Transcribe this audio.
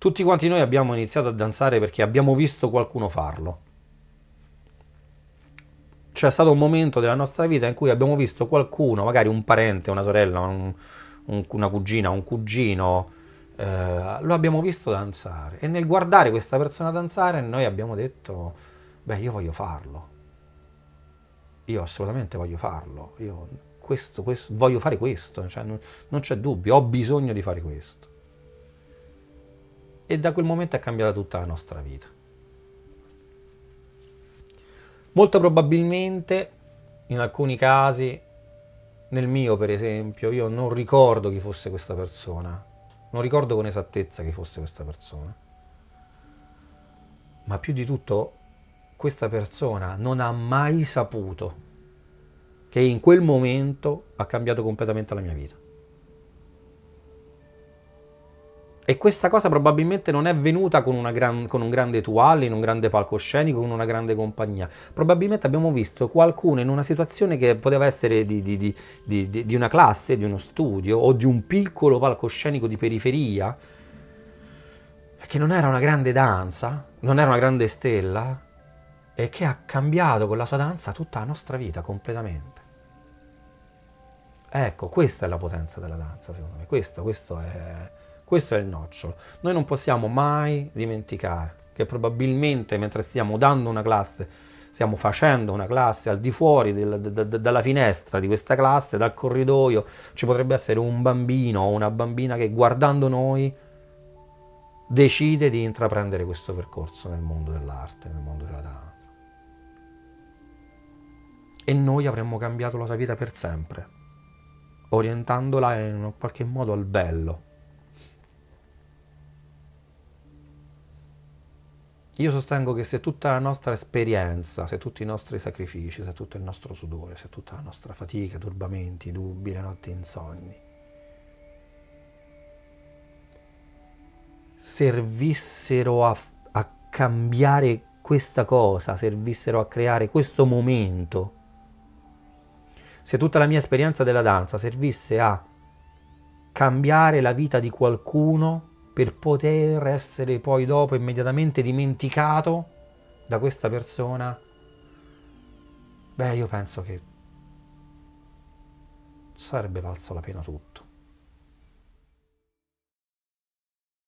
Tutti quanti noi abbiamo iniziato a danzare perché abbiamo visto qualcuno farlo. C'è stato un momento della nostra vita in cui abbiamo visto qualcuno, magari un parente, una sorella, una cugina, un cugino, lo abbiamo visto danzare e nel guardare questa persona danzare noi abbiamo detto, beh, io voglio farlo, io assolutamente voglio farlo, io voglio fare questo, cioè, non c'è dubbio, ho bisogno di fare questo. E da quel momento è cambiata tutta la nostra vita. Molto probabilmente, in alcuni casi, nel mio per esempio, io non ricordo chi fosse questa persona, non ricordo con esattezza chi fosse questa persona, ma più di tutto questa persona non ha mai saputo che in quel momento ha cambiato completamente la mia vita. E questa cosa probabilmente non è venuta con un grande toile, in un grande palcoscenico, con una grande compagnia. Probabilmente abbiamo visto qualcuno in una situazione che poteva essere di una classe, di uno studio o di un piccolo palcoscenico di periferia, che non era una grande danza, non era una grande stella, e che ha cambiato con la sua danza tutta la nostra vita completamente. Ecco, questa è la potenza della danza, secondo me. Questo è il nocciolo. Noi non possiamo mai dimenticare che probabilmente mentre stiamo dando una classe, stiamo facendo una classe al di fuori dalla finestra di questa classe, dal corridoio, ci potrebbe essere un bambino o una bambina che guardando noi decide di intraprendere questo percorso nel mondo dell'arte, nel mondo della danza. E noi avremmo cambiato la sua vita per sempre, orientandola in un qualche modo al bello. Io sostengo che se tutta la nostra esperienza, se tutti i nostri sacrifici, se tutto il nostro sudore, se tutta la nostra fatica, turbamenti, dubbi, le notti insonni, servissero a cambiare questa cosa, servissero a creare questo momento, se tutta la mia esperienza della danza servisse a cambiare la vita di qualcuno per poter essere poi dopo immediatamente dimenticato da questa persona, beh, io penso che sarebbe valso la pena tutto.